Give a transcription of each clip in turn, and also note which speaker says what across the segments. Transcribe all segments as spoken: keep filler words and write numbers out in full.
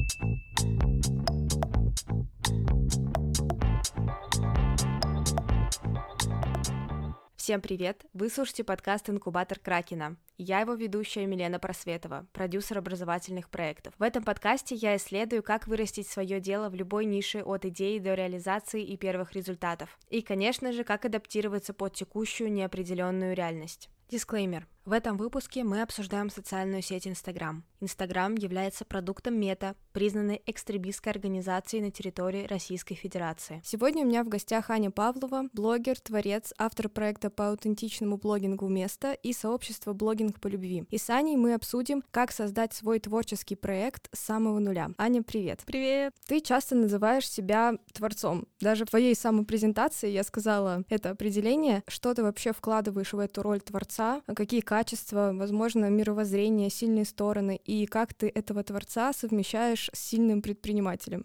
Speaker 1: Всем привет! Вы слушаете подкаст «Инкубатор Кракена». Я его ведущая Милена Просветова, продюсер образовательных проектов. В этом подкасте я исследую, как вырастить свое дело в любой нише от идеи до реализации и первых результатов. И, конечно же, как адаптироваться под текущую неопределенную реальность. Дисклеймер. В этом выпуске мы обсуждаем социальную сеть Instagram. Instagram является продуктом Мета, признанной экстремистской организацией на территории Российской Федерации. Сегодня у меня в гостях Аня Павлова, блогер, творец, автор проекта по аутентичному блогингу «Место» и сообщества «Блогинг по любви». И с Аней мы обсудим, как создать свой творческий проект с самого нуля. Аня, привет!
Speaker 2: Привет!
Speaker 1: Ты часто называешь себя творцом. Даже в твоей самопрезентации я сказала это определение. Что ты вообще вкладываешь в эту роль творца? Какие качества, возможно, мировоззрение, сильные стороны, и как ты этого творца совмещаешь с сильным предпринимателем?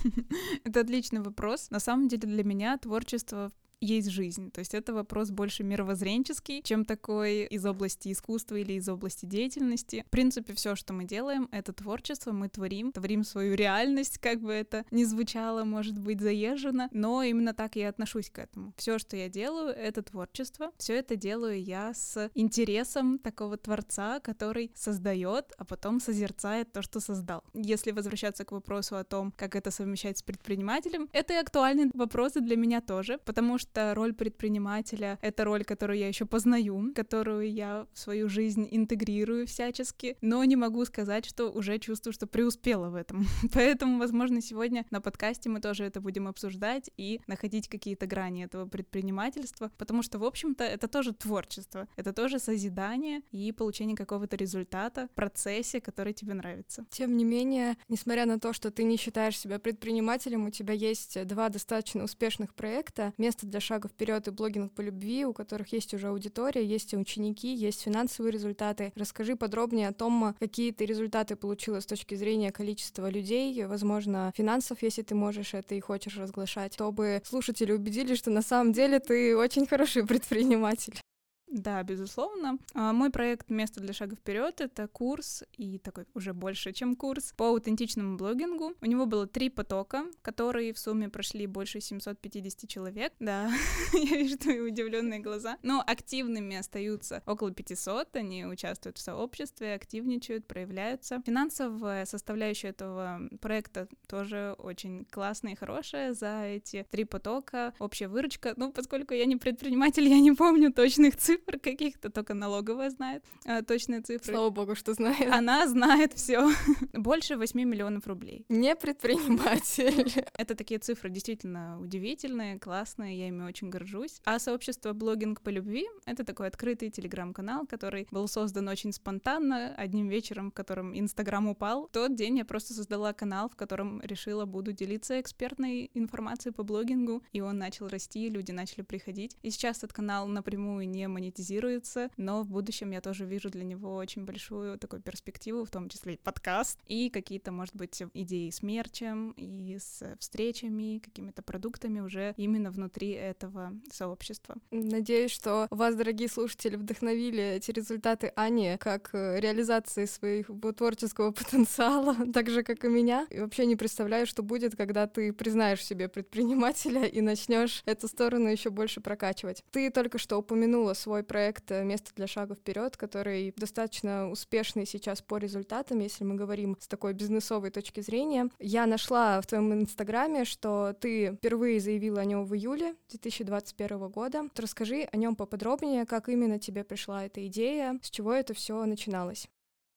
Speaker 2: Это отличный вопрос. На самом деле для меня творчество есть жизнь. То есть это вопрос больше мировоззренческий, чем такой из области искусства или из области деятельности. В принципе, все, что мы делаем, это творчество, мы творим, творим свою реальность, как бы это ни звучало, может быть, заезжено, но именно так я отношусь к этому. Все, что я делаю, это творчество. Все это делаю я с интересом такого творца, который создает, а потом созерцает то, что создал. Если возвращаться к вопросу о том, как это совмещать с предпринимателем, это и актуальные вопросы для меня тоже, потому что роль предпринимателя — это роль, которую я еще познаю, которую я в свою жизнь интегрирую всячески, но не могу сказать, что уже чувствую, что преуспела в этом. Поэтому, возможно, сегодня на подкасте мы тоже это будем обсуждать и находить какие-то грани этого предпринимательства, потому что, в общем-то, это тоже творчество, это тоже созидание и получение какого-то результата в процессе, который тебе нравится.
Speaker 1: Тем не менее, несмотря на то, что ты не считаешь себя предпринимателем, у тебя есть два достаточно успешных проекта: «Место для шага вперед» и «Блогинг по любви», у которых есть уже аудитория, есть и ученики, есть финансовые результаты. Расскажи подробнее о том, какие ты результаты получила с точки зрения количества людей, возможно, финансов, если ты можешь это и хочешь разглашать, чтобы слушатели убедились, что на самом деле ты очень хороший предприниматель.
Speaker 2: Да, безусловно. Мой проект «Место для шага вперед» — это курс, и такой уже больше, чем курс, по аутентичному блогингу. У него было три потока, которые в сумме прошли больше семьсот пятьдесят человек. Да, я вижу твои удивленные глаза. Но активными остаются около пятисот, они участвуют в сообществе, активничают, проявляются. Финансовая составляющая этого проекта тоже очень классная и хорошая. За эти три потока общая выручка, ну, поскольку я не предприниматель, я не помню точных цифр, каких-то, только налоговая знает а, точные цифры.
Speaker 1: Слава богу, что знает.
Speaker 2: Она знает все. Больше восемь миллионов рублей.
Speaker 1: Не предприниматель.
Speaker 2: Это такие цифры действительно удивительные, классные, я ими очень горжусь. А сообщество «Блогинг по любви» — это такой открытый телеграм-канал, который был создан очень спонтанно, одним вечером, в котором Инстаграм упал. В тот день я просто создала канал, в котором решила, буду делиться экспертной информацией по блогингу, и он начал расти, люди начали приходить. И сейчас этот канал напрямую не монетизируется, но в будущем я тоже вижу для него очень большую такую перспективу, в том числе и подкаст, и какие-то, может быть, идеи с мерчем, и с встречами, какими-то продуктами уже именно внутри этого сообщества.
Speaker 1: Надеюсь, что вас, дорогие слушатели, вдохновили эти результаты Ани как реализации своего творческого потенциала, так же, как и меня. И вообще не представляю, что будет, когда ты признаешь в себе предпринимателя и начнешь эту сторону еще больше прокачивать. Ты только что упомянула свой проект «Место для шага вперед», который достаточно успешный сейчас по результатам, если мы говорим с такой бизнесовой точки зрения. Я нашла в твоем инстаграме, что ты впервые заявила о нем в июле две тысячи двадцать первого года. Расскажи о нем поподробнее, как именно тебе пришла эта идея, с чего это все начиналось.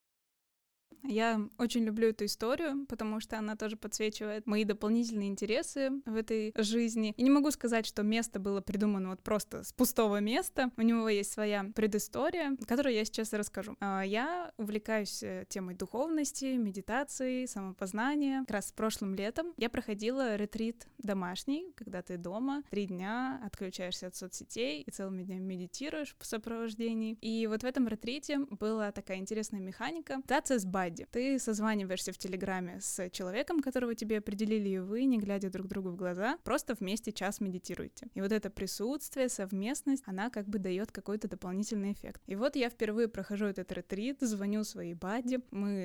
Speaker 2: Я очень люблю эту историю, потому что она тоже подсвечивает мои дополнительные интересы в этой жизни. И не могу сказать, что место было придумано вот просто с пустого места. У него есть своя предыстория, которую я сейчас расскажу. Я увлекаюсь темой духовности, медитации, самопознания. Как раз прошлым летом я проходила ретрит домашний, когда ты дома три дня отключаешься от соцсетей и целыми днями медитируешь в сопровождении. И вот в этом ретрите была такая интересная механика — медитация с бадди. Ты созваниваешься в Телеграме с человеком, которого тебе определили, и вы, не глядя друг другу в глаза, просто вместе час медитируете. И вот это присутствие, совместность, она как бы дает какой-то дополнительный эффект. И вот я впервые прохожу этот ретрит, звоню своей бадди, мы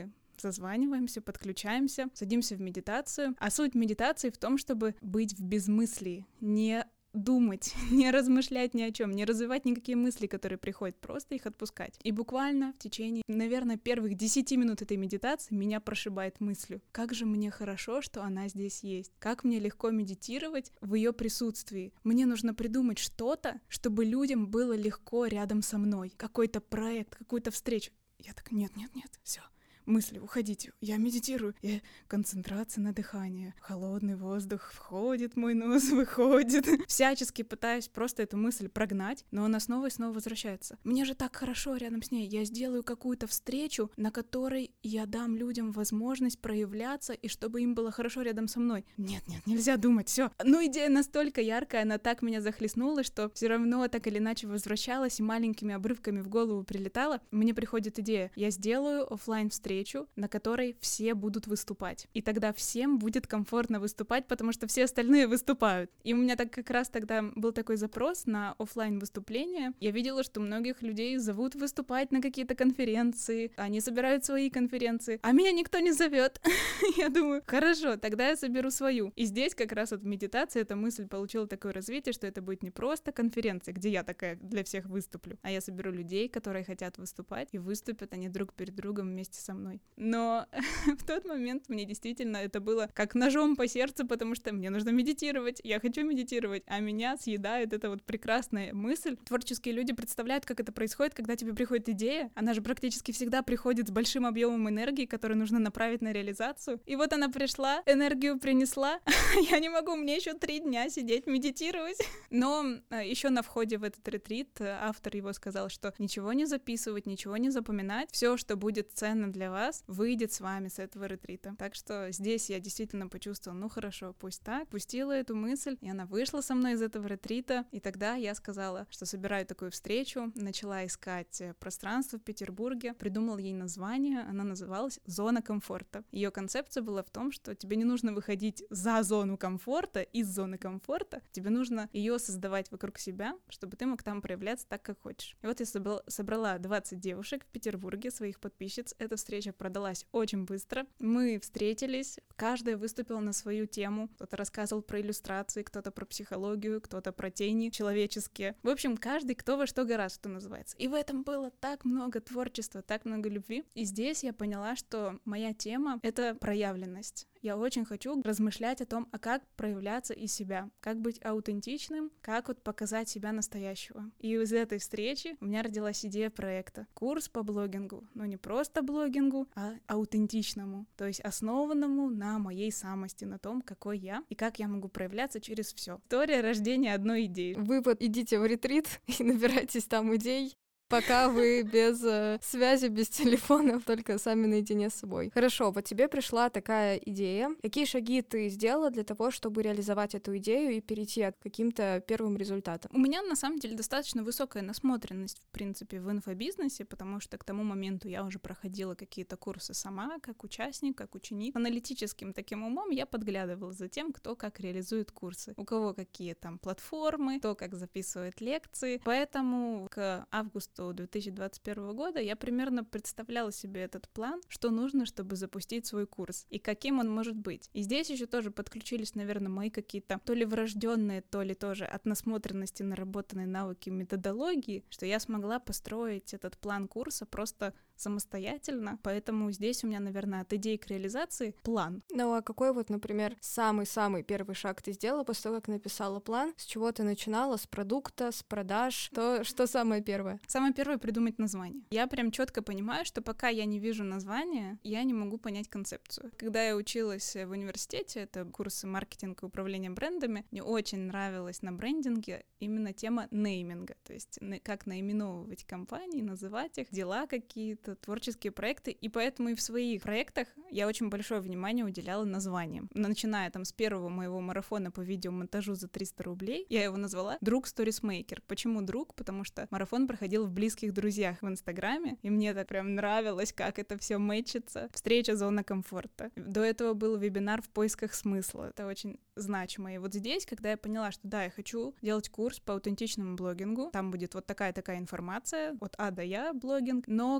Speaker 2: созваниваемся, подключаемся, садимся в медитацию. А суть медитации в том, чтобы быть в безмыслии, не думать, не размышлять ни о чем, не развивать никакие мысли, которые приходят, просто их отпускать. И буквально в течение, наверное, первых десяти минут этой медитации меня прошибает мыслью: как же мне хорошо, что она здесь есть, как мне легко медитировать в ее присутствии. Мне нужно придумать что-то, чтобы людям было легко рядом со мной, какой-то проект, какую-то встречу. Я так: нет, нет, нет, все. Мысли, уходите, я медитирую. Я... Концентрация на дыхании. Холодный воздух входит, мой нос выходит. Всячески пытаюсь просто эту мысль прогнать, но она снова и снова возвращается. Мне же так хорошо рядом с ней. Я сделаю какую-то встречу, на которой я дам людям возможность проявляться, и чтобы им было хорошо рядом со мной. Нет, нет, нельзя думать, все. Ну, идея настолько яркая, она так меня захлестнула, что все равно так или иначе возвращалась и маленькими обрывками в голову прилетала. Мне приходит идея: я сделаю офлайн встречу, на которой все будут выступать. И тогда всем будет комфортно выступать, потому что все остальные выступают. И у меня так как раз тогда был такой запрос на офлайн выступления. Я видела, что многих людей зовут выступать на какие-то конференции, они собирают свои конференции, а меня никто не зовет. Я думаю, хорошо, тогда я соберу свою. И здесь как раз вот в медитации эта мысль получила такое развитие, что это будет не просто конференция, где я такая для всех выступлю, а я соберу людей, которые хотят выступать, и выступят они друг перед другом вместе со мной. Но в тот момент мне действительно это было как ножом по сердцу, потому что мне нужно медитировать, я хочу медитировать, а меня съедает эта вот прекрасная мысль. Творческие люди представляют, как это происходит, когда тебе приходит идея. Она же практически всегда приходит с большим объемом энергии, которую нужно направить на реализацию. И вот она пришла, энергию принесла. Я не могу, мне еще три дня сидеть, медитировать. Но еще на входе в этот ретрит автор его сказал, что ничего не записывать, ничего не запоминать. Все, что будет ценно для вас, выйдет с вами с этого ретрита. Так что здесь я действительно почувствовала: ну хорошо, пусть так, пустила эту мысль, и она вышла со мной из этого ретрита, и тогда я сказала, что собираю такую встречу, начала искать пространство в Петербурге, придумала ей название, она называлась «Зона комфорта». Ее концепция была в том, что тебе не нужно выходить за зону комфорта, из зоны комфорта, тебе нужно ее создавать вокруг себя, чтобы ты мог там проявляться так, как хочешь. И вот я собрала двадцать девушек в Петербурге, своих подписчиц. Эта встреча продалась очень быстро. Мы встретились, каждая выступила на свою тему. Кто-то рассказывал про иллюстрации, кто-то про психологию, кто-то про тени человеческие. В общем, каждый кто во что гораздо, что называется. И в этом было так много творчества, так много любви. И здесь я поняла, что моя тема — это проявленность. Я очень хочу размышлять о том, а как проявляться из себя, как быть аутентичным, как вот показать себя настоящего. И из этой встречи у меня родилась идея проекта. Курс по блогингу, но не просто блогингу, а аутентичному, то есть основанному на моей самости, на том, какой я и как я могу проявляться через все. История рождения одной идеи.
Speaker 1: Вы вот идите в ретрит и набирайтесь там идей, пока вы без э, связи, без телефона, только сами наедине с собой. Хорошо, вот тебе пришла такая идея. Какие шаги ты сделала для того, чтобы реализовать эту идею и перейти к каким-то первым результатам?
Speaker 2: У меня, на самом деле, достаточно высокая насмотренность, в принципе, в инфобизнесе, потому что к тому моменту я уже проходила какие-то курсы сама, как участник, как ученик. Аналитическим таким умом я подглядывала за тем, кто как реализует курсы, у кого какие там платформы, кто как записывает лекции. Поэтому к августу две тысячи двадцать первого года я примерно представляла себе этот план, что нужно, чтобы запустить свой курс, и каким он может быть. И здесь еще тоже подключились, наверное, мои какие-то то ли врожденные, то ли тоже от насмотренности наработанные навыки методологии, что я смогла построить этот план курса просто самостоятельно, поэтому здесь у меня, наверное, от идеи к реализации план.
Speaker 1: Ну а какой вот, например, самый-самый первый шаг ты сделала после того, как написала план? С чего ты начинала? С продукта, с продаж? То, что самое первое?
Speaker 2: Самое первое — придумать название. Я прям четко понимаю, что пока я не вижу названия, я не могу понять концепцию. Когда я училась в университете, это курсы маркетинга и управления брендами, мне очень нравилась на брендинге именно тема нейминга, то есть как наименовывать компании, называть их, дела какие-то, творческие проекты, и поэтому и в своих проектах я очень большое внимание уделяла названиям. Начиная там с первого моего марафона по видеомонтажу за триста рублей, я его назвала «Друг Сторисмейкер». Почему друг? Потому что марафон проходил в близких друзьях в Инстаграме, и мне так прям нравилось, как это все мэчится. Встреча «Зона комфорта». До этого был вебинар «В поисках смысла». Это очень значимо. И вот здесь, когда я поняла, что да, я хочу делать курс по аутентичному блогингу, там будет вот такая-такая информация, от А до Я блогинг, но как назвать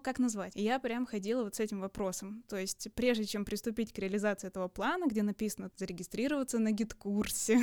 Speaker 2: назвать? И я прям ходила вот с этим вопросом. То есть прежде чем приступить к реализации этого плана, где написано зарегистрироваться на гид-курсе,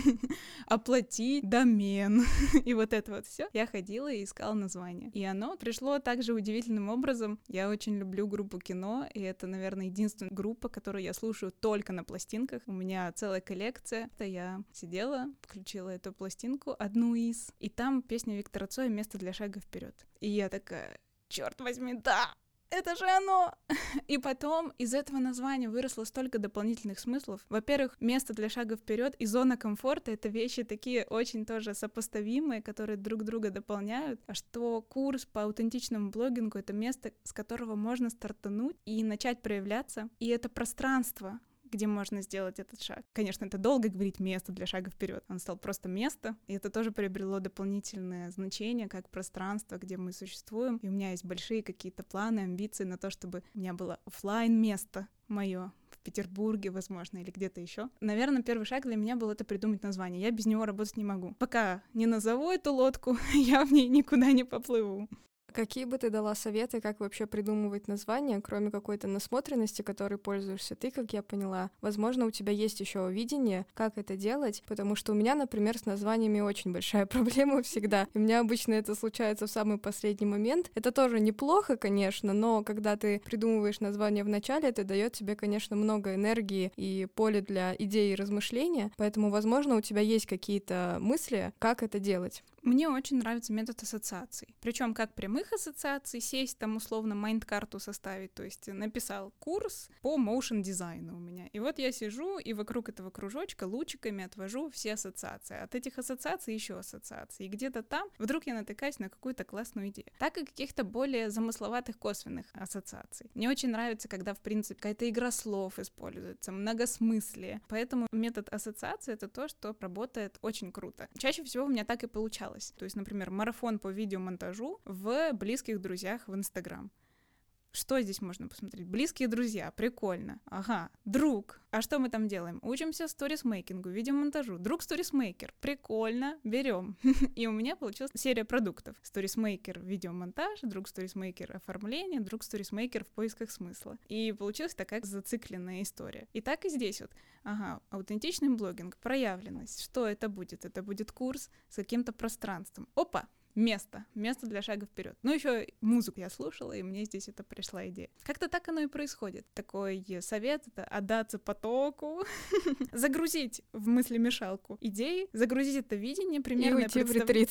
Speaker 2: оплатить домен и вот это вот все, я ходила и искала название. И оно пришло также удивительным образом. Я очень люблю группу Кино, и это, наверное, единственная группа, которую я слушаю только на пластинках. У меня целая коллекция. Это я сидела, включила эту пластинку, одну из, и там песня Виктора Цоя «Место для шага вперед». И я такая, черт возьми, да! Это же оно! И потом из этого названия выросло столько дополнительных смыслов. Во-первых, место для шага вперед и зона комфорта — это вещи такие очень тоже сопоставимые, которые друг друга дополняют. А что курс по аутентичному блогингу — это место, с которого можно стартануть и начать проявляться. И это пространство, где можно сделать этот шаг. Конечно, это долго говорить «место для шага вперед». Он стал просто место, и это тоже приобрело дополнительное значение, как пространство, где мы существуем. И у меня есть большие какие-то планы, амбиции на то, чтобы у меня было офлайн-место мое в Петербурге, возможно, или где-то еще. Наверное, первый шаг для меня был это придумать название. Я без него работать не могу. Пока не назову эту лодку, я в ней никуда не поплыву.
Speaker 1: Какие бы ты дала советы, как вообще придумывать названия, кроме какой-то насмотренности, которой пользуешься ты, как я поняла? Возможно, у тебя есть еще видение, как это делать, потому что у меня, например, с названиями очень большая проблема всегда. У меня обычно это случается в самый последний момент. Это тоже неплохо, конечно, но когда ты придумываешь название в начале, это дает тебе, конечно, много энергии и поле для идей и размышления, поэтому, возможно, у тебя есть какие-то мысли, как это делать.
Speaker 2: Мне очень нравится метод ассоциаций. Причем как прямых ассоциаций, сесть там условно майнд-карту составить, то есть написал курс по моушен дизайну у меня. И вот я сижу и вокруг этого кружочка лучиками отвожу все ассоциации. От этих ассоциаций еще ассоциации. И где-то там вдруг я натыкаюсь на какую-то классную идею. Так и каких-то более замысловатых косвенных ассоциаций. Мне очень нравится, когда, в принципе, какая-то игра слов используется, многосмыслие. Поэтому метод ассоциации — это то, что работает очень круто. Чаще всего у меня так и получалось. То есть, например, марафон по видеомонтажу в близких друзьях в Инстаграм. Что здесь можно посмотреть? Близкие друзья, прикольно. Ага, друг. А что мы там делаем? Учимся сторисмейкингу, видеомонтажу. Друг сторисмейкер. Прикольно, берем. И у меня получилась серия продуктов. Сторисмейкер видеомонтаж, друг сторисмейкер оформление, друг сторисмейкер в поисках смысла. И получилась такая зацикленная история. И так и здесь вот. Ага, аутентичный блогинг, проявленность. Что это будет? Это будет курс с каким-то пространством. Опа! Место. Место для шага вперед. Ну, еще музыку я слушала, и мне здесь это пришла идея. Как-то так оно и происходит. Такой совет — это отдаться потоку, загрузить в мыслемешалку идеи, загрузить это видение, примерно.
Speaker 1: И уйти в ретрит.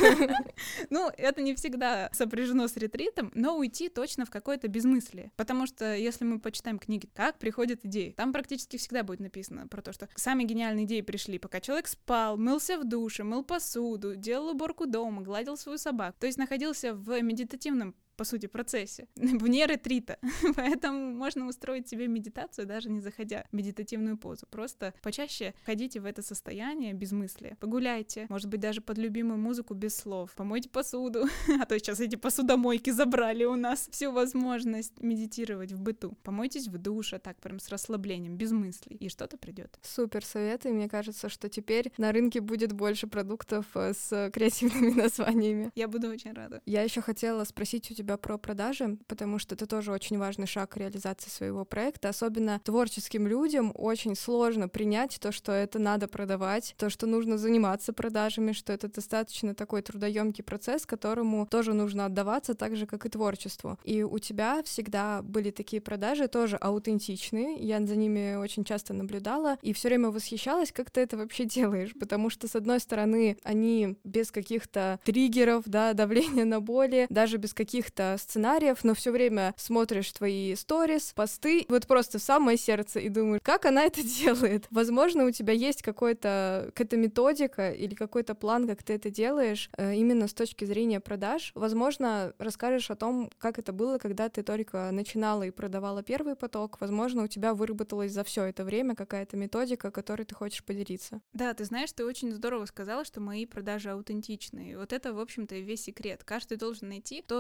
Speaker 2: Ну, это не всегда сопряжено с ретритом, но уйти точно в какое-то безмыслие. Потому что если мы почитаем книги «Как приходят идеи», там практически всегда будет написано про то, что сами гениальные идеи пришли, пока человек спал, мылся в душе, мыл посуду, делал уборку дома, гладил свою собаку. То есть находился в медитативном, по сути, процессе, вне ретрита. Поэтому можно устроить себе медитацию, даже не заходя в медитативную позу. Просто почаще входите в это состояние безмыслия. Погуляйте, может быть, даже под любимую музыку без слов. Помойте посуду, а то сейчас эти посудомойки забрали у нас всю возможность медитировать в быту. Помойтесь в душе, так прям с расслаблением, без мыслей, и что-то придет.
Speaker 1: Супер советы. Мне кажется, что теперь на рынке будет больше продуктов с креативными названиями.
Speaker 2: Я буду очень рада.
Speaker 1: Я еще хотела спросить у тебя про продажи, потому что это тоже очень важный шаг к реализации своего проекта. Особенно творческим людям очень сложно принять то, что это надо продавать, то, что нужно заниматься продажами, что это достаточно такой трудоемкий процесс, которому тоже нужно отдаваться, так же, как и творчеству. И у тебя всегда были такие продажи, тоже аутентичные. Я за ними очень часто наблюдала и все время восхищалась, как ты это вообще делаешь, потому что, с одной стороны, они без каких-то триггеров, да, давления на боли, даже без каких-то сценариев, но все время смотришь твои сторис, посты, вот просто в самое сердце и думаешь, как она это делает. Возможно, у тебя есть какой-то, какая-то методика или какой-то план, как ты это делаешь, именно с точки зрения продаж. Возможно, расскажешь о том, как это было, когда ты только начинала и продавала первый поток. Возможно, у тебя выработалась за все это время какая-то методика, которой ты хочешь поделиться.
Speaker 2: Да, ты знаешь, ты очень здорово сказала, что мои продажи аутентичные. Вот это, в общем-то, и весь секрет. Каждый должен найти то самое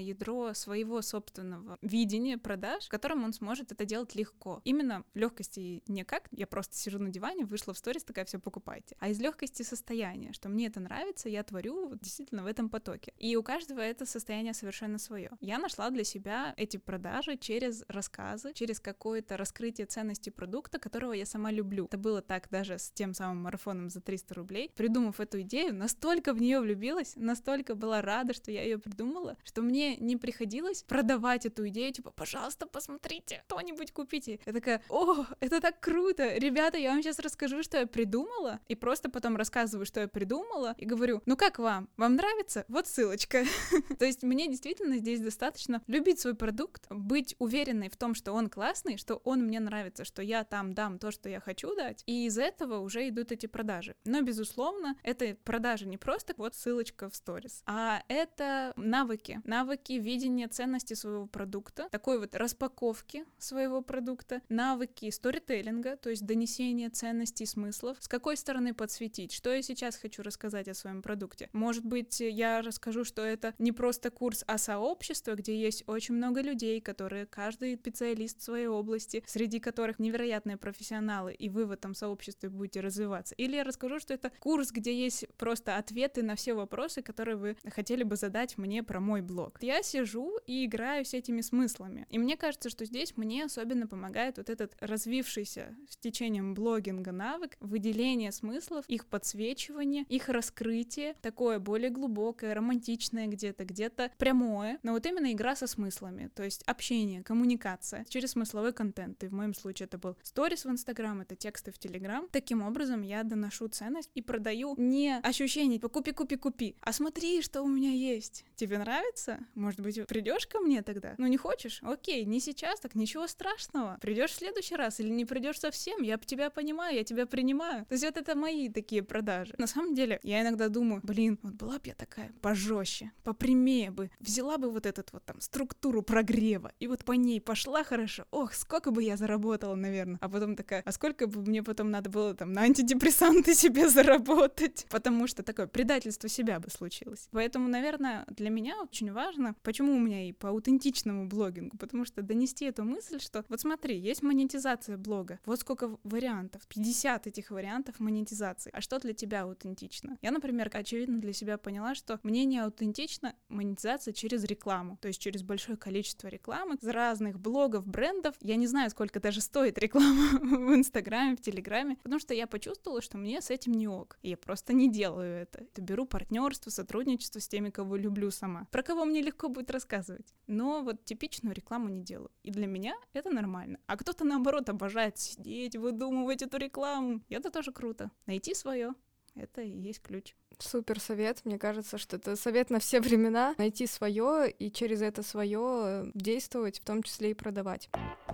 Speaker 2: самое ядро своего собственного видения продаж, в котором он сможет это делать легко. Именно легкости не как я просто сижу на диване, вышла в сторис, такая, все покупайте, а из легкости состояния, что мне это нравится, я творю вот действительно в этом потоке. И у каждого это состояние совершенно свое. Я нашла для себя эти продажи через рассказы, через какое-то раскрытие ценности продукта, которого я сама люблю. Это было так даже с тем самым марафоном за триста рублей. Придумав эту идею, настолько в нее влюбилась, настолько была рада, что я ее придумала, что мне не приходилось продавать эту идею, типа, пожалуйста, посмотрите, кто-нибудь купите. Я такая, о, это так круто, ребята, я вам сейчас расскажу, что я придумала, и просто потом рассказываю, что я придумала, и говорю, ну как вам? Вам нравится? Вот ссылочка. То есть мне действительно здесь достаточно любить свой продукт, быть уверенной в том, что он классный, что он мне нравится, что я там дам то, что я хочу дать, и из этого уже идут эти продажи. Но, безусловно, это продажи не просто вот ссылочка в сторис, а это навыки, навыки видения ценности своего продукта, такой вот распаковки своего продукта, навыки сторителлинга, то есть донесения ценностей, смыслов, с какой стороны подсветить, что я сейчас хочу рассказать о своем продукте. Может быть, я расскажу, что это не просто курс, а сообщество, где есть очень много людей, которые каждый специалист в своей области, среди которых невероятные профессионалы, и вы в этом сообществе будете развиваться. Или я расскажу, что это курс, где есть просто ответы на все вопросы, которые вы хотели бы задать мне про мой блог. Я сижу и играю с этими смыслами. И мне кажется, что здесь мне особенно помогает вот этот развившийся с течением блогинга навык выделения смыслов, их подсвечивания, их раскрытие, такое более глубокое, романтичное где-то, где-то прямое, но вот именно игра со смыслами, то есть общение, коммуникация через смысловой контент. И в моем случае это был сторис в Инстаграм, это тексты в Телеграм. Таким образом я доношу ценность и продаю не ощущение типа купи, купи, купи, а смотри, что у меня есть. Тебе нравится? Может быть, придешь ко мне тогда? Ну не хочешь? Окей, не сейчас, так ничего страшного. Придешь в следующий раз или не придешь совсем, я тебя понимаю, я тебя принимаю. То есть вот это мои такие продажи. На самом деле, я иногда думаю, блин, вот была бы я такая пожестче, попрямее бы, взяла бы вот этот вот там структуру прогрева и вот по ней пошла хорошо. Ох, сколько бы я заработала, наверное. А потом такая, а сколько бы мне потом надо было там на антидепрессанты себе заработать? Потому что такое предательство себя бы случилось. Поэтому, наверное, для меня очень важно, почему у меня и по аутентичному блогингу, потому что донести эту мысль, что вот смотри, есть монетизация блога, вот сколько вариантов, пятьдесят этих вариантов монетизации. А что для тебя аутентично? Я, например, очевидно для себя поняла, что мне не аутентична монетизация через рекламу, то есть через большое количество рекламы из разных блогов, брендов. Я не знаю, сколько даже стоит реклама в Инстаграме, в Телеграме, потому что я почувствовала, что мне с этим не ок. И я просто не делаю это. Это беру партнерство, сотрудничество с теми, кого люблю сама. Про кого мне легко будет рассказывать. Но вот типичную рекламу не делаю. И для меня это нормально. А кто-то, наоборот, обожает сидеть, выдумывать эту рекламу. И это тоже круто. Найти свое. Это и есть ключ.
Speaker 1: Супер совет. Мне кажется, что это совет на все времена. Найти свое и через это свое действовать, в том числе и продавать.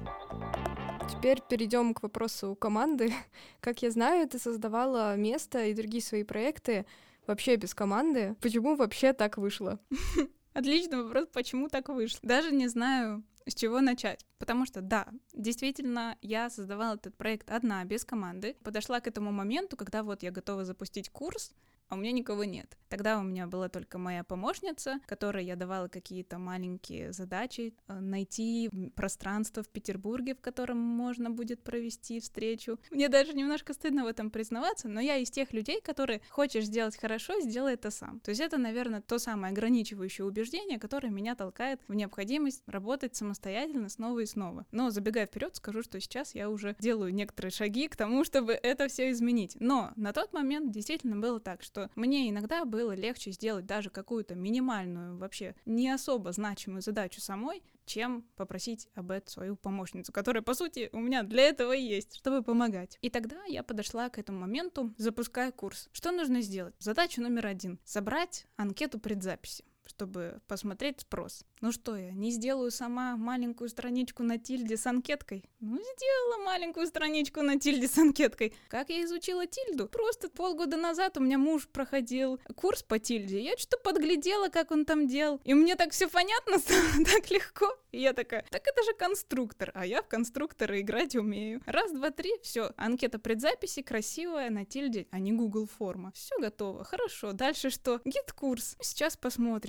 Speaker 1: Теперь перейдем к вопросу команды. Как я знаю, ты создавала место и другие свои проекты вообще без команды. Почему вообще так вышло?
Speaker 2: Отличный вопрос, почему так вышло. Даже не знаю, с чего начать. Потому что, да, действительно, я создавала этот проект одна, без команды. Подошла к этому моменту, когда вот я готова запустить курс, а у меня никого нет. Тогда у меня была только моя помощница, которой я давала какие-то маленькие задачи, найти пространство в Петербурге, в котором можно будет провести встречу. Мне даже немножко стыдно в этом признаваться, но я из тех людей, которые хочешь сделать хорошо, сделай это сам. То есть это, наверное, то самое ограничивающее убеждение, которое меня толкает в необходимость работать самостоятельно снова и снова. Но забегая вперед, скажу, что сейчас я уже делаю некоторые шаги к тому, чтобы это все изменить. Но на тот момент действительно было так, что что мне иногда было легче сделать даже какую-то минимальную, вообще не особо значимую задачу самой, чем попросить об этом свою помощницу, которая, по сути, у меня для этого и есть, чтобы помогать. И тогда я подошла к этому моменту, запуская курс. Что нужно сделать? Задача номер один — собрать анкету предзаписи, чтобы посмотреть спрос. Ну что я, не сделаю сама маленькую страничку на тильде с анкеткой? Ну, сделала маленькую страничку на тильде с анкеткой. Как я изучила тильду? Просто полгода назад у меня муж проходил курс по тильде, я что-то подглядела, как он там делал, и мне так все понятно стало, так легко. И я такая, так это же конструктор, а я в конструктора играть умею. Раз, два, три, все, анкета предзаписи красивая на тильде, а не Google форма. Все готово, хорошо. Дальше что? Гид-курс. Сейчас посмотрим.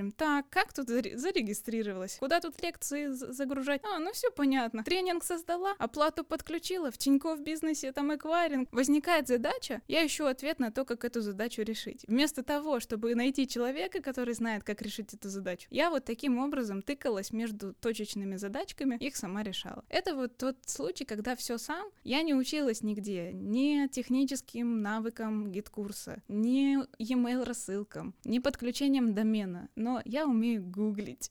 Speaker 2: спрашиваем, так, как тут зарегистрировалась? Куда тут лекции загружать? А, ну все понятно. Тренинг создала, оплату подключила, в Тинькофф Бизнесе там эквайринг. Возникает задача, я ищу ответ на то, как эту задачу решить. Вместо того, чтобы найти человека, который знает, как решить эту задачу, я вот таким образом тыкалась между точечными задачками, их сама решала. Это вот тот случай, когда все сам. Я не училась нигде, ни техническим навыкам гид-курса, ни e-mail рассылкам, ни подключением домена, но я умею гуглить.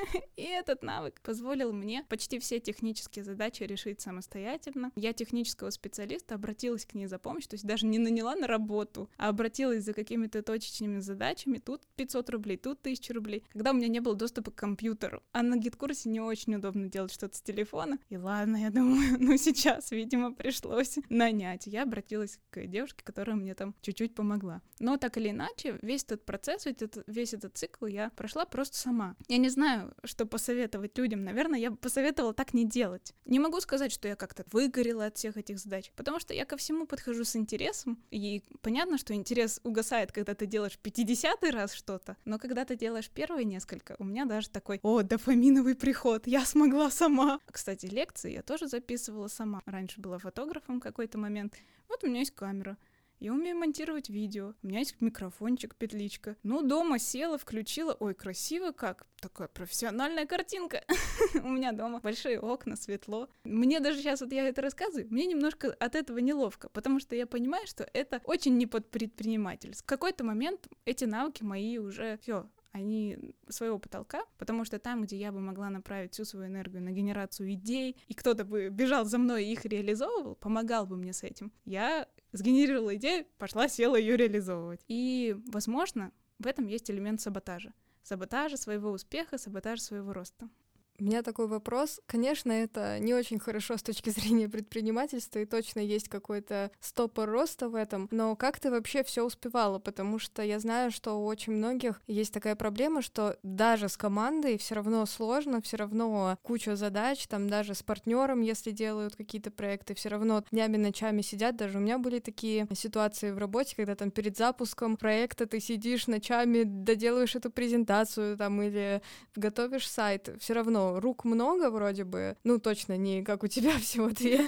Speaker 2: И этот навык позволил мне почти все технические задачи решить самостоятельно. Я технического специалиста обратилась к ней за помощью, то есть даже не наняла на работу, а обратилась за какими-то точечными задачами. Тут пятьсот рублей, тут тысяча рублей. Когда у меня не было доступа к компьютеру, а на гид-курсе не очень удобно делать что-то с телефона. И ладно, я думаю, ну сейчас, видимо, пришлось нанять. Я обратилась к девушке, которая мне там чуть-чуть помогла. Но так или иначе, весь этот процесс, весь этот, весь этот цикл я прошла просто сама. Я не знаю, что посоветовать людям. Наверное, я бы посоветовала так не делать. Не могу сказать, что я как-то выгорела от всех этих задач, потому что я ко всему подхожу с интересом, и понятно, что интерес угасает, когда ты делаешь пятидесятый раз что-то, но когда ты делаешь первые несколько, у меня даже такой, о, дофаминовый приход, я смогла сама. Кстати, лекции я тоже записывала сама. Раньше была фотографом в какой-то момент. Вот у меня есть камера. Я умею монтировать видео, у меня есть микрофончик, петличка. Ну, дома села, включила, ой, красиво как, такая профессиональная картинка. У меня дома большие окна, светло. Мне даже сейчас, вот я это рассказываю, мне немножко от этого неловко, потому что я понимаю, что это очень не под предпринимательство. В какой-то момент эти навыки мои уже все. Они своего потолка, потому что там, где я бы могла направить всю свою энергию на генерацию идей, и кто-то бы бежал за мной и их реализовывал, помогал бы мне с этим, я сгенерировала идею, пошла, села ее реализовывать. И, возможно, в этом есть элемент саботажа. Саботажа своего успеха, саботажа своего роста.
Speaker 1: У меня такой вопрос. Конечно, это не очень хорошо с точки зрения предпринимательства, и точно есть какой-то стопор роста в этом, но как ты вообще все успевала? Потому что я знаю, что у очень многих есть такая проблема, что даже с командой все равно сложно, все равно куча задач, там даже с партнером, если делают какие-то проекты, все равно днями, ночами сидят. Даже у меня были такие ситуации в работе, когда там перед запуском проекта ты сидишь ночами, доделываешь эту презентацию там или готовишь сайт, все равно рук много вроде бы, ну точно не как у тебя всего две,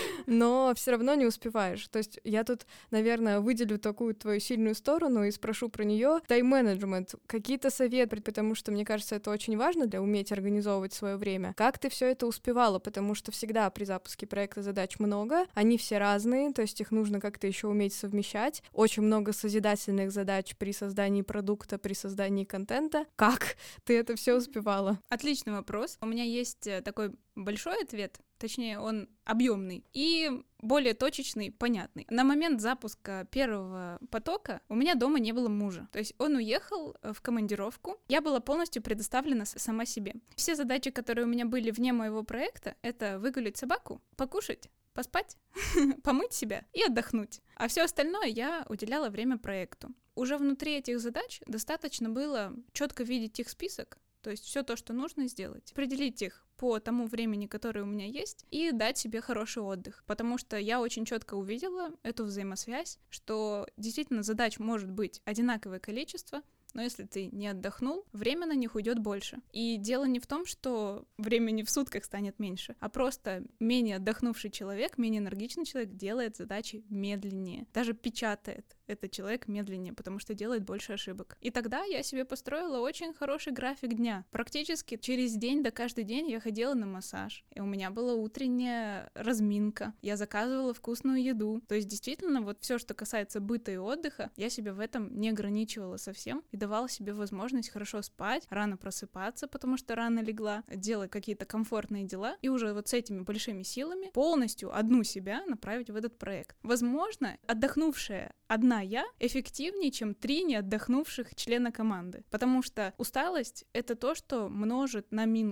Speaker 1: но все равно не успеваешь. То есть я тут, наверное, выделю такую твою сильную сторону и спрошу про нее. Тайм-менеджмент, какие-то советы, потому что, мне кажется, это очень важно для уметь организовывать свое время. Как ты все это успевала? Потому что всегда при запуске проекта задач много, они все разные, то есть их нужно как-то еще уметь совмещать. Очень много созидательных задач при создании продукта, при создании контента. Как ты это все успевала?
Speaker 2: Отличный вопрос. У меня есть такой большой ответ, точнее, он объемный и более точечный, понятный. На момент запуска первого потока у меня дома не было мужа. То есть он уехал в командировку, я была полностью предоставлена сама себе. Все задачи, которые у меня были вне моего проекта, это выгулять собаку, покушать, поспать, помыть себя и отдохнуть. А все остальное я уделяла время проекту. Уже внутри этих задач достаточно было четко видеть их список, то есть все то, что нужно сделать, определить их по тому времени, которое у меня есть, и дать себе хороший отдых. Потому что я очень четко увидела эту взаимосвязь, что действительно задач может быть одинаковое количество, но если ты не отдохнул, время на них уйдет больше. И дело не в том, что времени в сутках станет меньше, а просто менее отдохнувший человек, менее энергичный человек делает задачи медленнее. Даже печатает этот человек медленнее, потому что делает больше ошибок. И тогда я себе построила очень хороший график дня. Практически через день, да каждый день я ходила на массаж. И у меня была утренняя разминка. Я заказывала вкусную еду. То есть действительно вот все, что касается быта и отдыха, я себя в этом не ограничивала совсем и давала себе возможность хорошо спать, рано просыпаться, потому что рано легла, делать какие-то комфортные дела и уже вот с этими большими силами полностью одну себя направить в этот проект. Возможно, отдохнувшая одна я эффективнее, чем три неотдохнувших члена команды, потому что усталость — это то, что множит на минус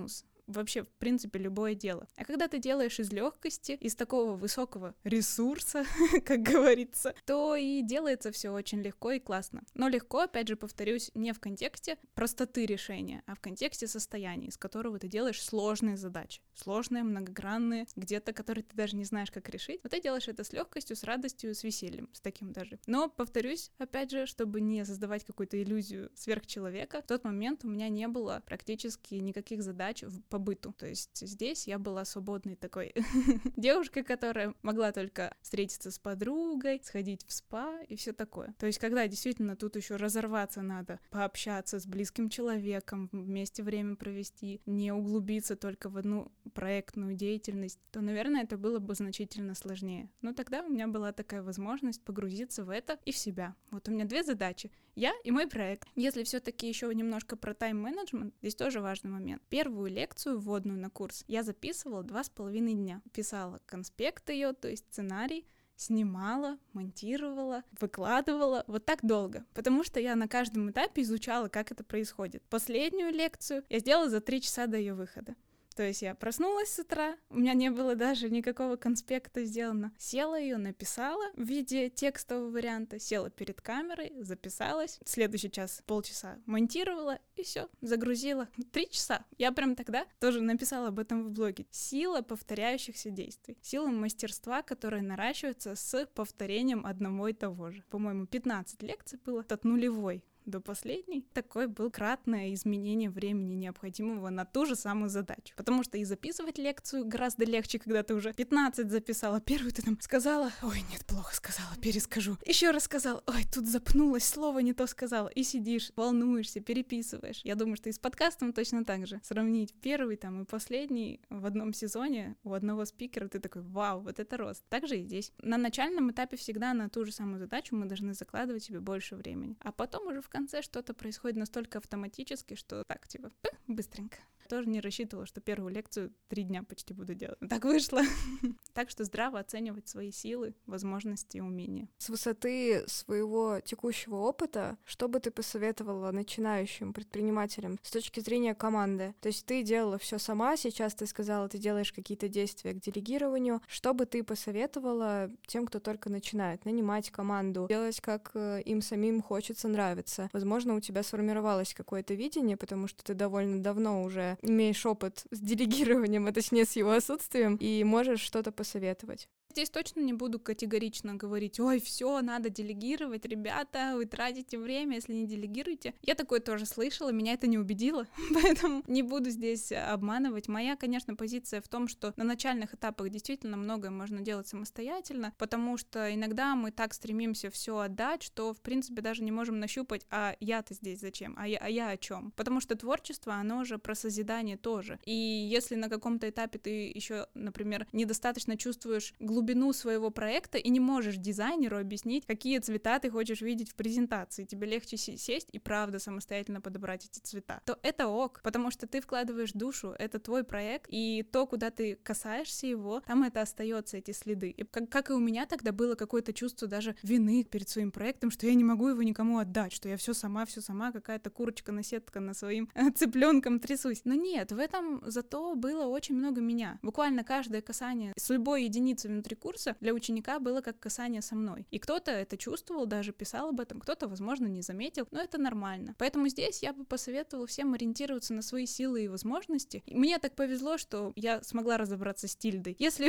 Speaker 2: вообще, в принципе, любое дело. А когда ты делаешь из легкости, из такого высокого ресурса, как говорится, то и делается все очень легко и классно. Но легко, опять же, повторюсь, не в контексте простоты решения, а в контексте состояния, из которого ты делаешь сложные задачи. Сложные, многогранные, где-то, которые ты даже не знаешь, как решить. Вот ты делаешь это с легкостью, с радостью, с весельем, с таким даже. Но, повторюсь, опять же, чтобы не создавать какую-то иллюзию сверхчеловека, в тот момент у меня не было практически никаких задач по быту. То есть здесь я была свободной такой девушкой, которая могла только встретиться с подругой, сходить в спа и все такое. То есть когда действительно тут еще разорваться надо, пообщаться с близким человеком, вместе время провести, не углубиться только в одну проектную деятельность, то, наверное, это было бы значительно сложнее. Но тогда у меня была такая возможность погрузиться в это и в себя. Вот у меня две задачи. Я и мой проект. Если все-таки еще немножко про тайм-менеджмент, здесь тоже важный момент. Первую лекцию вводную на курс я записывала два с половиной дня. Писала конспект ее, то есть сценарий, снимала, монтировала, выкладывала вот так долго, потому что я на каждом этапе изучала, как это происходит. Последнюю лекцию я сделала за три часа до ее выхода. То есть я проснулась с утра, у меня не было даже никакого конспекта сделано. Села ее, написала в виде текстового варианта, села перед камерой, записалась. Следующий час, полчаса монтировала и все, загрузила. Три часа. Я прям тогда тоже написала об этом в блоге. Сила повторяющихся действий. Сила мастерства, которая наращивается с повторением одного и того же. По-моему, пятнадцать лекций было, от нулевой до последней. Такое было кратное изменение времени, необходимого на ту же самую задачу. Потому что и записывать лекцию гораздо легче, когда ты уже пятнадцать записала. Первую ты там сказала, ой, нет, плохо сказала, перескажу. Еще раз сказала, ой, тут запнулась, слово не то сказала. И сидишь, волнуешься, переписываешь. Я думаю, что и с подкастом точно так же. Сравнить первый там и последний в одном сезоне у одного спикера, ты такой, вау, вот это рост. Так же и здесь. На начальном этапе всегда на ту же самую задачу мы должны закладывать себе больше времени. А потом уже в В конце что-то происходит настолько автоматически, что так, типа, быстренько. Тоже не рассчитывала, что первую лекцию три дня почти буду делать. Так вышло. Так что здраво оценивать свои силы, возможности и умения.
Speaker 1: С высоты своего текущего опыта, что бы ты посоветовала начинающим предпринимателям с точки зрения команды? То есть ты делала все сама, сейчас ты сказала, ты делаешь какие-то действия к делегированию. Что бы ты посоветовала тем, кто только начинает? Нанимать команду, делать, как им самим хочется, нравится. Возможно, у тебя сформировалось какое-то видение, потому что ты довольно давно уже имеешь опыт с делегированием, а точнее с его отсутствием, и можешь что-то посоветовать.
Speaker 2: Здесь точно не буду категорично говорить, ой, все, надо делегировать, ребята, вы тратите время, если не делегируете. Я такое тоже слышала, меня это не убедило, поэтому не буду здесь обманывать. Моя, конечно, позиция в том, что на начальных этапах действительно многое можно делать самостоятельно, потому что иногда мы так стремимся все отдать, что, в принципе, даже не можем нащупать, а я-то здесь зачем, а я, а я о чем? Потому что творчество, оно же про созидание тоже. И если на каком-то этапе ты еще, например, недостаточно чувствуешь глубину глубину своего проекта и не можешь дизайнеру объяснить, какие цвета ты хочешь видеть в презентации, тебе легче сесть и правда самостоятельно подобрать эти цвета, то это ок, потому что ты вкладываешь душу, это твой проект, и то, куда ты касаешься его, там это остается, эти следы. И как, как и у меня тогда было какое-то чувство даже вины перед своим проектом, что я не могу его никому отдать, что я все сама, все сама, какая-то курочка-наседка на своим цыпленком трясусь. Но нет, в этом зато было очень много меня. Буквально каждое касание с любой единицы внутри курса для ученика было как касание со мной. И кто-то это чувствовал, даже писал об этом, кто-то, возможно, не заметил, но это нормально. Поэтому здесь я бы посоветовала всем ориентироваться на свои силы и возможности. И мне так повезло, что я смогла разобраться с тильдой. Если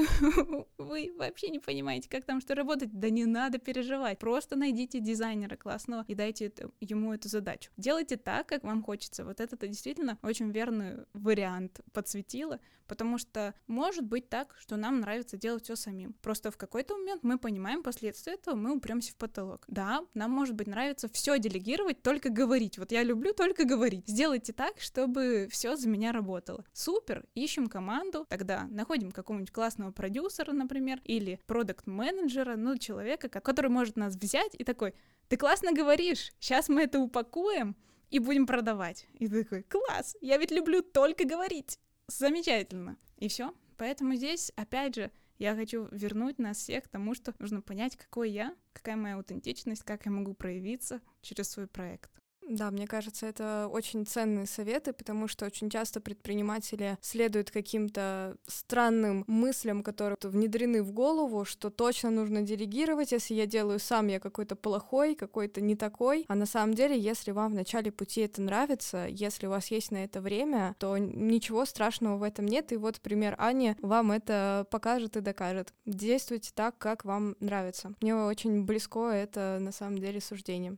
Speaker 2: вы вообще не понимаете, как там что работать, да не надо переживать. Просто найдите дизайнера классного и дайте это, ему эту задачу. Делайте так, как вам хочется. Вот это действительно очень верный вариант подсветила, потому что может быть так, что нам нравится делать все самим. Просто в какой-то момент мы понимаем последствия этого, мы упремся в потолок. Да, нам, может быть, нравится все делегировать, только говорить. Вот я люблю только говорить. Сделайте так, чтобы все за меня работало. Супер, ищем команду, тогда находим какого-нибудь классного продюсера, например, или продакт-менеджера, ну, человека, который может нас взять и такой, ты классно говоришь, сейчас мы это упакуем и будем продавать. И ты такой, класс, я ведь люблю только говорить. Замечательно. И все. Поэтому здесь, опять же, я хочу вернуть нас всех к тому, что нужно понять, какой я, какая моя аутентичность, как я могу проявиться через свой проект.
Speaker 1: Да, мне кажется, это очень ценные советы, потому что очень часто предприниматели следуют каким-то странным мыслям, которые внедрены в голову, что точно нужно делегировать, если я делаю сам, я какой-то плохой, какой-то не такой. А на самом деле, если вам в начале пути это нравится, если у вас есть на это время, то ничего страшного в этом нет. И вот пример Ани вам это покажет и докажет. Действуйте так, как вам нравится. Мне очень близко это на самом деле суждение.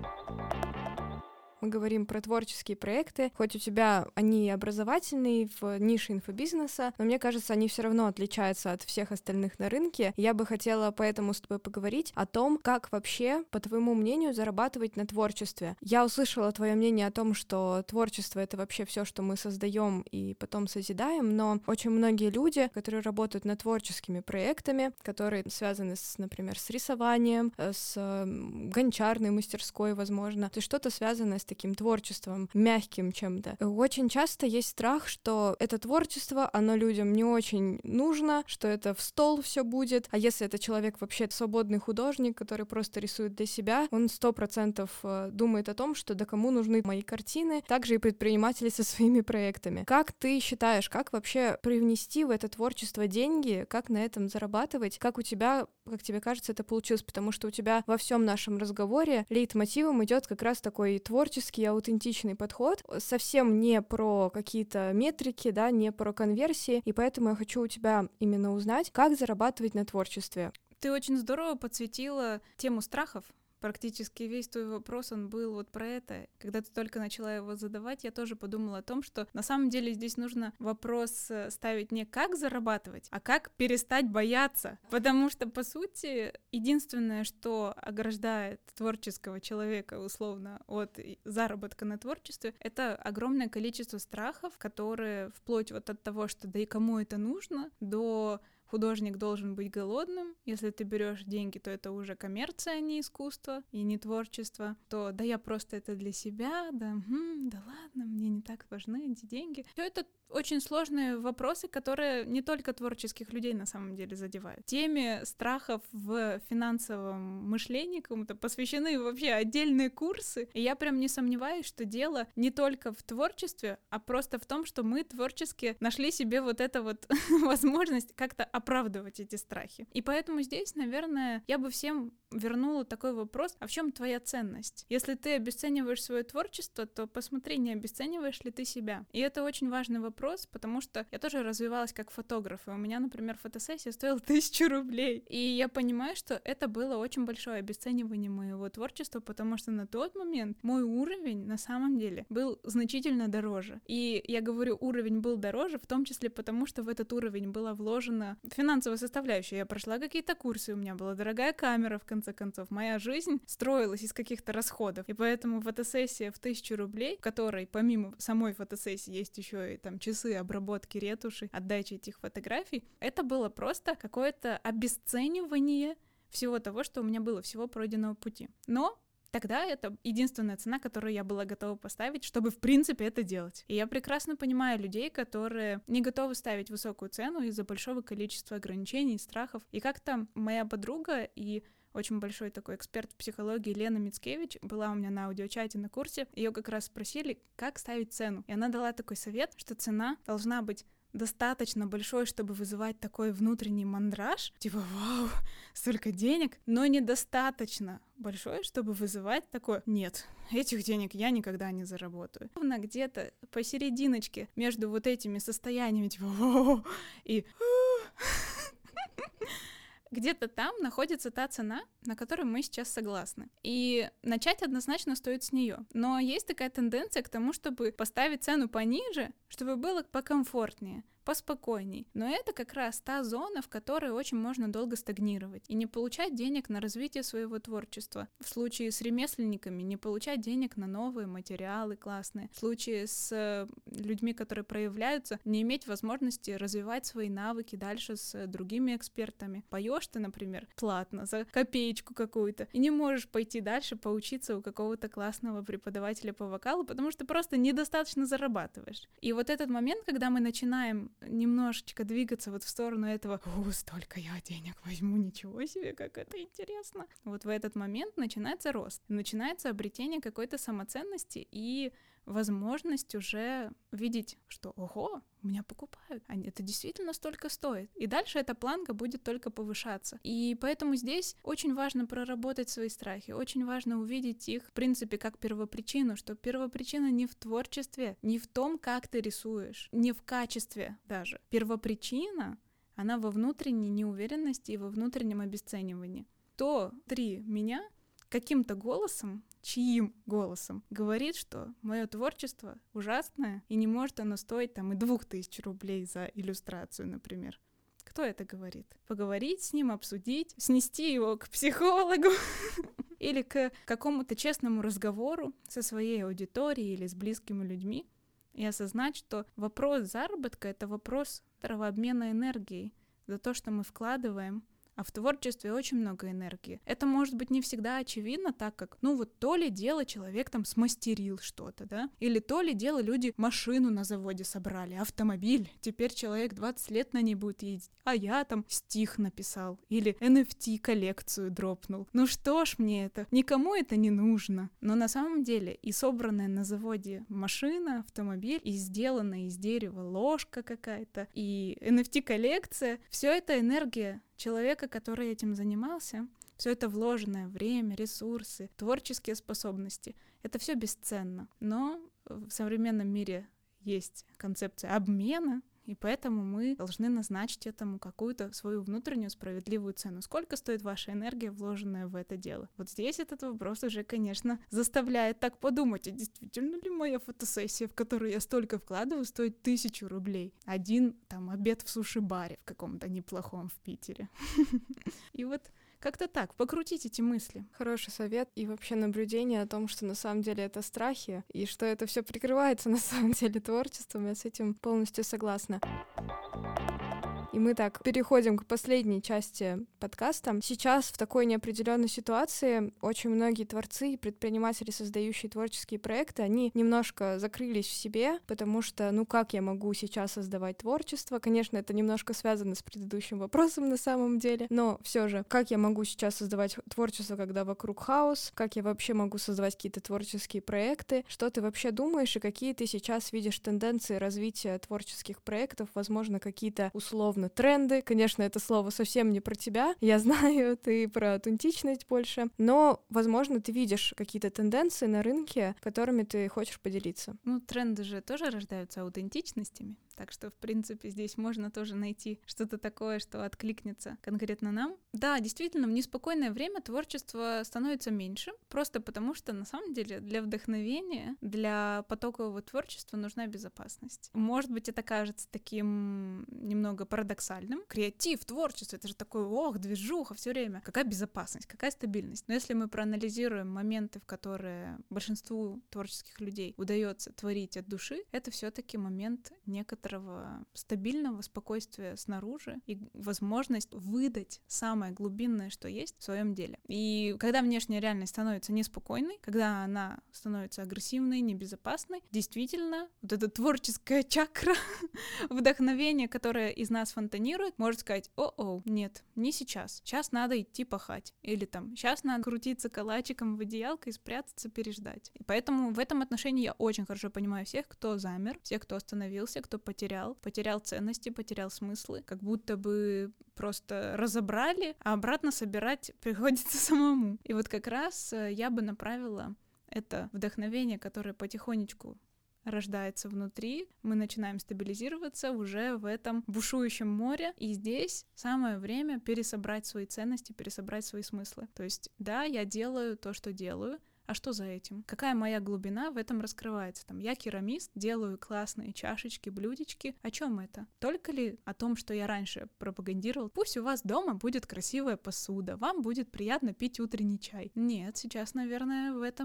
Speaker 1: Мы говорим про творческие проекты, хоть у тебя они образовательные в нише инфобизнеса, но мне кажется, они все равно отличаются от всех остальных на рынке. Я бы хотела поэтому с тобой поговорить о том, как вообще, по твоему мнению, зарабатывать на творчестве. Я услышала твое мнение о том, что творчество — это вообще все, что мы создаем и потом созидаем, но очень многие люди, которые работают над творческими проектами, которые связаны, с, например, с рисованием, с гончарной мастерской, возможно, то есть что-то связанное с таким творчеством, мягким чем-то. Очень часто есть страх, что это творчество, оно людям не очень нужно, что это в стол все будет, а если это человек вообще свободный художник, который просто рисует для себя, он сто процентов думает о том, что да кому нужны мои картины, также и предприниматели со своими проектами. Как ты считаешь, как вообще привнести в это творчество деньги, как на этом зарабатывать, как у тебя, как тебе кажется, это получилось, потому что у тебя во всем нашем разговоре лейтмотивом идет как раз такой творческий, аутентичный подход, совсем не про какие-то метрики, да, не про конверсии, и поэтому я хочу у тебя именно узнать, как зарабатывать на творчестве.
Speaker 2: Ты очень здорово подсветила тему страхов. Практически весь твой вопрос, он был вот про это. Когда ты только начала его задавать, я тоже подумала о том, что на самом деле здесь нужно вопрос ставить не как зарабатывать, а как перестать бояться. Потому что, по сути, единственное, что ограждает творческого человека, условно, от заработка на творчестве, это огромное количество страхов, которые вплоть вот от того, что да и кому это нужно, до художник должен быть голодным. Если ты берешь деньги, то это уже коммерция, а не искусство и не творчество. То да я просто это для себя, да, хм, да ладно, мне не так важны эти деньги. Все это очень сложные вопросы, которые не только творческих людей на самом деле задевают. Теме страхов в финансовом мышлении кому-то посвящены вообще отдельные курсы. И я прям не сомневаюсь, что дело не только в творчестве, а просто в том, что мы творчески нашли себе вот эту вот возможность как-то оправдывать эти страхи. И поэтому здесь, наверное, я бы всем вернула такой вопрос: а в чем твоя ценность? Если ты обесцениваешь свое творчество, то посмотри, не обесцениваешь ли ты себя. И это очень важный вопрос, потому что я тоже развивалась как фотограф, и у меня, например, фотосессия стоила тысячу рублей. И я понимаю, что это было очень большое обесценивание моего творчества, потому что на тот момент мой уровень на самом деле был значительно дороже. И я говорю, уровень был дороже, в том числе потому, что в этот уровень была вложена финансовая составляющая. Я прошла какие-то курсы, у меня была дорогая камера, в конце концов. Моя жизнь строилась из каких-то расходов. И поэтому фотосессия в тысячу рублей, в которой помимо самой фотосессии есть еще и там часы обработки ретуши, отдачи этих фотографий, это было просто какое-то обесценивание всего того, что у меня было, всего пройденного пути. Но тогда это единственная цена, которую я была готова поставить, чтобы в принципе это делать. И я прекрасно понимаю людей, которые не готовы ставить высокую цену из-за большого количества ограничений, страхов. И как-то моя подруга и очень большой такой эксперт в психологии Лена Мицкевич была у меня на аудиочате на курсе. Ее как раз спросили, как ставить цену. И она дала такой совет, что цена должна быть достаточно большой, чтобы вызывать такой внутренний мандраж, типа вау, столько денег, но недостаточно большой, чтобы вызывать такое: нет, этих денег я никогда не заработаю. Она где-то посерединочке между вот этими состояниями, типа вау и где-то там находится та цена, на которую мы сейчас согласны. И начать однозначно стоит с нее. Но есть такая тенденция к тому, чтобы поставить цену пониже, чтобы было покомфортнее, поспокойней. Но это как раз та зона, в которой очень можно долго стагнировать и не получать денег на развитие своего творчества. В случае с ремесленниками не получать денег на новые материалы классные. В случае с людьми, которые проявляются, не иметь возможности развивать свои навыки дальше с другими экспертами. Поешь ты, например, платно, за копеечку какую-то, и не можешь пойти дальше поучиться у какого-то классного преподавателя по вокалу, потому что просто недостаточно зарабатываешь. И вот вот этот момент, когда мы начинаем немножечко двигаться вот в сторону этого «О, столько я денег возьму, ничего себе, как это интересно!» Вот в этот момент начинается рост, начинается обретение какой-то самоценности и возможность уже видеть, что «Ого, меня покупают, а это действительно столько стоит». И дальше эта планка будет только повышаться. И поэтому здесь очень важно проработать свои страхи, очень важно увидеть их, в принципе, как первопричину, что первопричина не в творчестве, не в том, как ты рисуешь, не в качестве даже. Первопричина, она во внутренней неуверенности и во внутреннем обесценивании. То три меня каким-то голосом, чьим голосом, говорит, что мое творчество ужасное, и не может оно стоить там и двух тысяч рублей за иллюстрацию, например. Кто это говорит? Поговорить с ним, обсудить, снести его к психологу или к какому-то честному разговору со своей аудиторией или с близкими людьми и осознать, что вопрос заработка — это вопрос обмена энергией за то, что мы вкладываем. А в творчестве очень много энергии. Это может быть не всегда очевидно, так как, ну вот то ли дело человек там смастерил что-то, да, или то ли дело люди машину на заводе собрали, автомобиль, теперь человек двадцать лет на ней будет ездить, а я там стих написал, или эн эф ти-коллекцию дропнул. Ну что ж мне это, никому это не нужно. Но на самом деле и собранная на заводе машина, автомобиль, и сделанная из дерева ложка какая-то, и эн эф ти-коллекция, все это энергия человека, который этим занимался, все это вложенное время, ресурсы, творческие способности, это все бесценно. Но в современном мире есть концепция обмена, и поэтому мы должны назначить этому какую-то свою внутреннюю справедливую цену. Сколько стоит ваша энергия, вложенная в это дело? Вот здесь этот вопрос уже, конечно, заставляет так подумать, а действительно ли моя фотосессия, в которую я столько вкладываю, стоит тысячу рублей? Один там обед в суши-баре в каком-то неплохом в Питере. И вот как-то так, покрутить эти мысли.
Speaker 1: Хороший совет и вообще наблюдение о том, что на самом деле это страхи, и что это все прикрывается на самом деле творчеством. Я с этим полностью согласна. И мы так переходим к последней части подкаста. Сейчас в такой неопределенной ситуации очень многие творцы и предприниматели, создающие творческие проекты, они немножко закрылись в себе, потому что, ну как я могу сейчас создавать творчество? Конечно, это немножко связано с предыдущим вопросом на самом деле, но все же, как я могу сейчас создавать творчество, когда вокруг хаос? Как я вообще могу создавать какие-то творческие проекты? Что ты вообще думаешь и какие ты сейчас видишь тенденции развития творческих проектов? Возможно, какие-то условно тренды. Конечно, это слово совсем не про тебя. Я знаю, ты про аутентичность больше. Но, возможно, ты видишь какие-то тенденции на рынке, которыми ты хочешь поделиться.
Speaker 2: Ну, тренды же тоже рождаются аутентичностями. Так что, в принципе, здесь можно тоже найти что-то такое, что откликнется конкретно нам. Да, действительно, в неспокойное время творчество становится меньше, просто потому что, на самом деле, для вдохновения, для потокового творчества нужна безопасность. Может быть, это кажется таким немного парадоксальным. Креатив, творчество — это же такое, ох, движуха все время. Какая безопасность, какая стабильность? Но если мы проанализируем моменты, в которые большинству творческих людей удается творить от души, это все-таки момент некоторого стабильного спокойствия снаружи и возможность выдать самое глубинное, что есть в своем деле. И когда внешняя реальность становится неспокойной, когда она становится агрессивной, небезопасной, действительно, вот эта творческая чакра вдохновения, которое из нас фонтанирует, может сказать: о-о, нет, не сейчас. Сейчас надо идти пахать. Или там, сейчас надо крутиться калачиком в одеялко и спрятаться, переждать. И поэтому в этом отношении я очень хорошо понимаю всех, кто замер, всех, кто остановился, кто потерял, потерял ценности, потерял смыслы, как будто бы просто разобрали, а обратно собирать приходится самому. И вот как раз я бы направила это вдохновение, которое потихонечку рождается внутри, мы начинаем стабилизироваться уже в этом бушующем море, и здесь самое время пересобрать свои ценности, пересобрать свои смыслы. То есть, да, я делаю то, что делаю, а что за этим? Какая моя глубина в этом раскрывается? Там, я керамист, делаю классные чашечки, блюдечки. О чем это? Только ли о том, что я раньше пропагандировал? Пусть у вас дома будет красивая посуда, вам будет приятно пить утренний чай. Нет, сейчас, наверное, в этом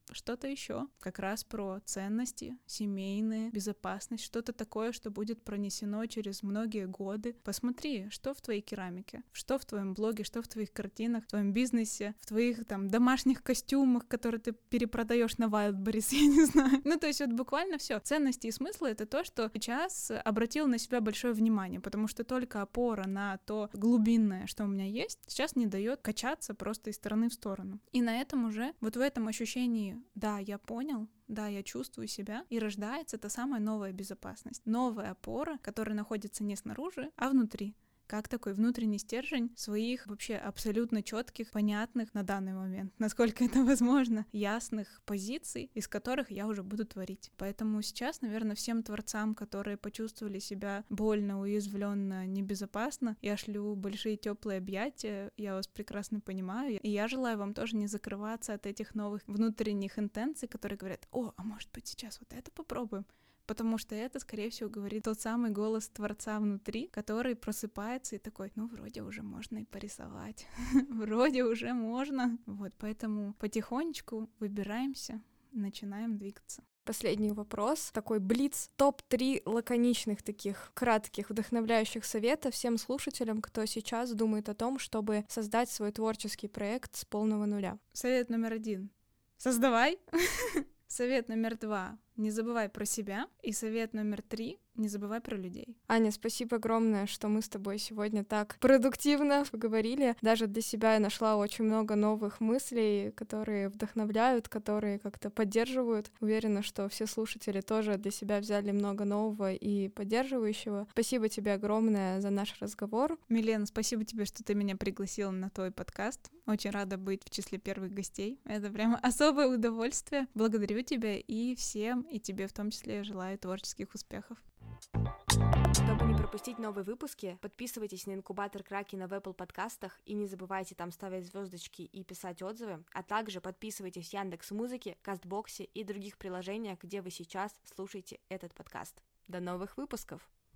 Speaker 2: что-то еще, как раз про ценности, семейные, безопасность, что-то такое, что будет пронесено через многие годы. Посмотри, что в твоей керамике, что в твоем блоге, что в твоих картинах, в твоем бизнесе, в твоих там домашних костюмах, которые ты перепродаешь на Wildberries, я не знаю. Ну, то есть вот буквально все. Ценности и смыслы — это то, что сейчас обратил на себя большое внимание, потому что только опора на то глубинное, что у меня есть, сейчас не дает качаться просто из стороны в сторону. И на этом уже, вот в этом ощущении «да, я понял», да, я чувствую себя, и рождается та самая новая безопасность, новая опора, которая находится не снаружи, а внутри. Как такой внутренний стержень своих вообще абсолютно четких, понятных на данный момент, насколько это возможно, ясных позиций, из которых я уже буду творить. Поэтому сейчас, наверное, всем творцам, которые почувствовали себя больно, уязвленно, небезопасно, я шлю большие теплые объятия, я вас прекрасно понимаю, и я желаю вам тоже не закрываться от этих новых внутренних интенций, которые говорят: о, а может быть сейчас вот это попробуем? Потому что это, скорее всего, говорит тот самый голос Творца внутри, который просыпается и такой: ну, вроде уже можно и порисовать, вроде уже можно. Вот, поэтому потихонечку выбираемся, начинаем двигаться.
Speaker 1: Последний вопрос, такой блиц, топ три лаконичных таких кратких вдохновляющих совета всем слушателям, кто сейчас думает о том, чтобы создать свой творческий проект с полного нуля.
Speaker 2: Совет номер один — создавай. Совет номер два — не забывай про себя. И совет номер три — не забывай про людей.
Speaker 1: Аня, спасибо огромное, что мы с тобой сегодня так продуктивно поговорили. Даже для себя я нашла очень много новых мыслей, которые вдохновляют, которые как-то поддерживают. Уверена, что все слушатели тоже для себя взяли много нового и поддерживающего. Спасибо тебе огромное за наш разговор.
Speaker 2: Милена, спасибо тебе, что ты меня пригласила на твой подкаст. Очень рада быть в числе первых гостей. Это прямо особое удовольствие. Благодарю тебя, и всем, и тебе в том числе, желаю творческих успехов.
Speaker 1: Чтобы не пропустить новые выпуски, подписывайтесь на инкубатор Кракена в Apple подкастах и не забывайте там ставить звездочки и писать отзывы, а также подписывайтесь в Яндекс.Музыке, Кастбоксе и других приложениях, где вы сейчас слушаете этот подкаст. До новых выпусков!